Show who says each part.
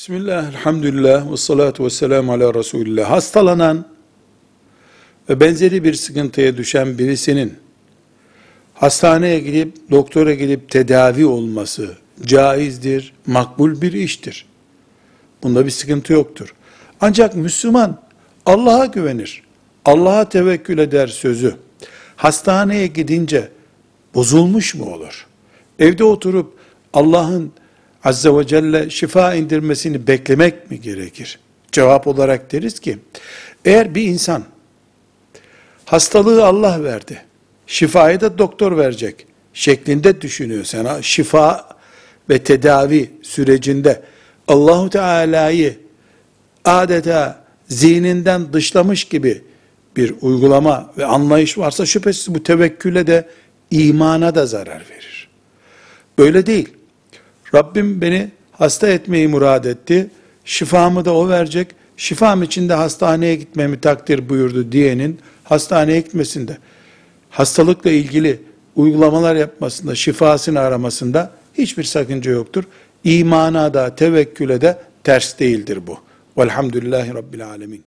Speaker 1: Bismillah, elhamdülillah, ve salatu ve selamu ala Resulillah. Hastalanan ve benzeri bir sıkıntıya düşen birisinin hastaneye gidip, doktora gidip tedavi olması caizdir, makbul bir iştir. Bunda bir sıkıntı yoktur. Ancak Müslüman Allah'a güvenir, Allah'a tevekkül eder sözü hastaneye gidince bozulmuş mu olur? Evde oturup Allah'ın Azze ve Celle şifa indirmesini beklemek mi gerekir? Cevap olarak deriz ki, eğer bir insan hastalığı Allah verdi, şifayı da doktor verecek şeklinde düşünüyorsan, şifa ve tedavi sürecinde Allahu Teala'yı adeta zihninden dışlamış gibi bir uygulama ve anlayış varsa şüphesiz bu tevekküle de imana da zarar verir. Böyle değil. Rabbim beni hasta etmeyi murad etti, şifamı da o verecek, şifam için de hastaneye gitmemi takdir buyurdu diyenin hastaneye gitmesinde, hastalıkla ilgili uygulamalar yapmasında, şifasını aramasında hiçbir sakınca yoktur. İmana da tevekküle de ters değildir bu. Velhamdülillahi Rabbil Alemin.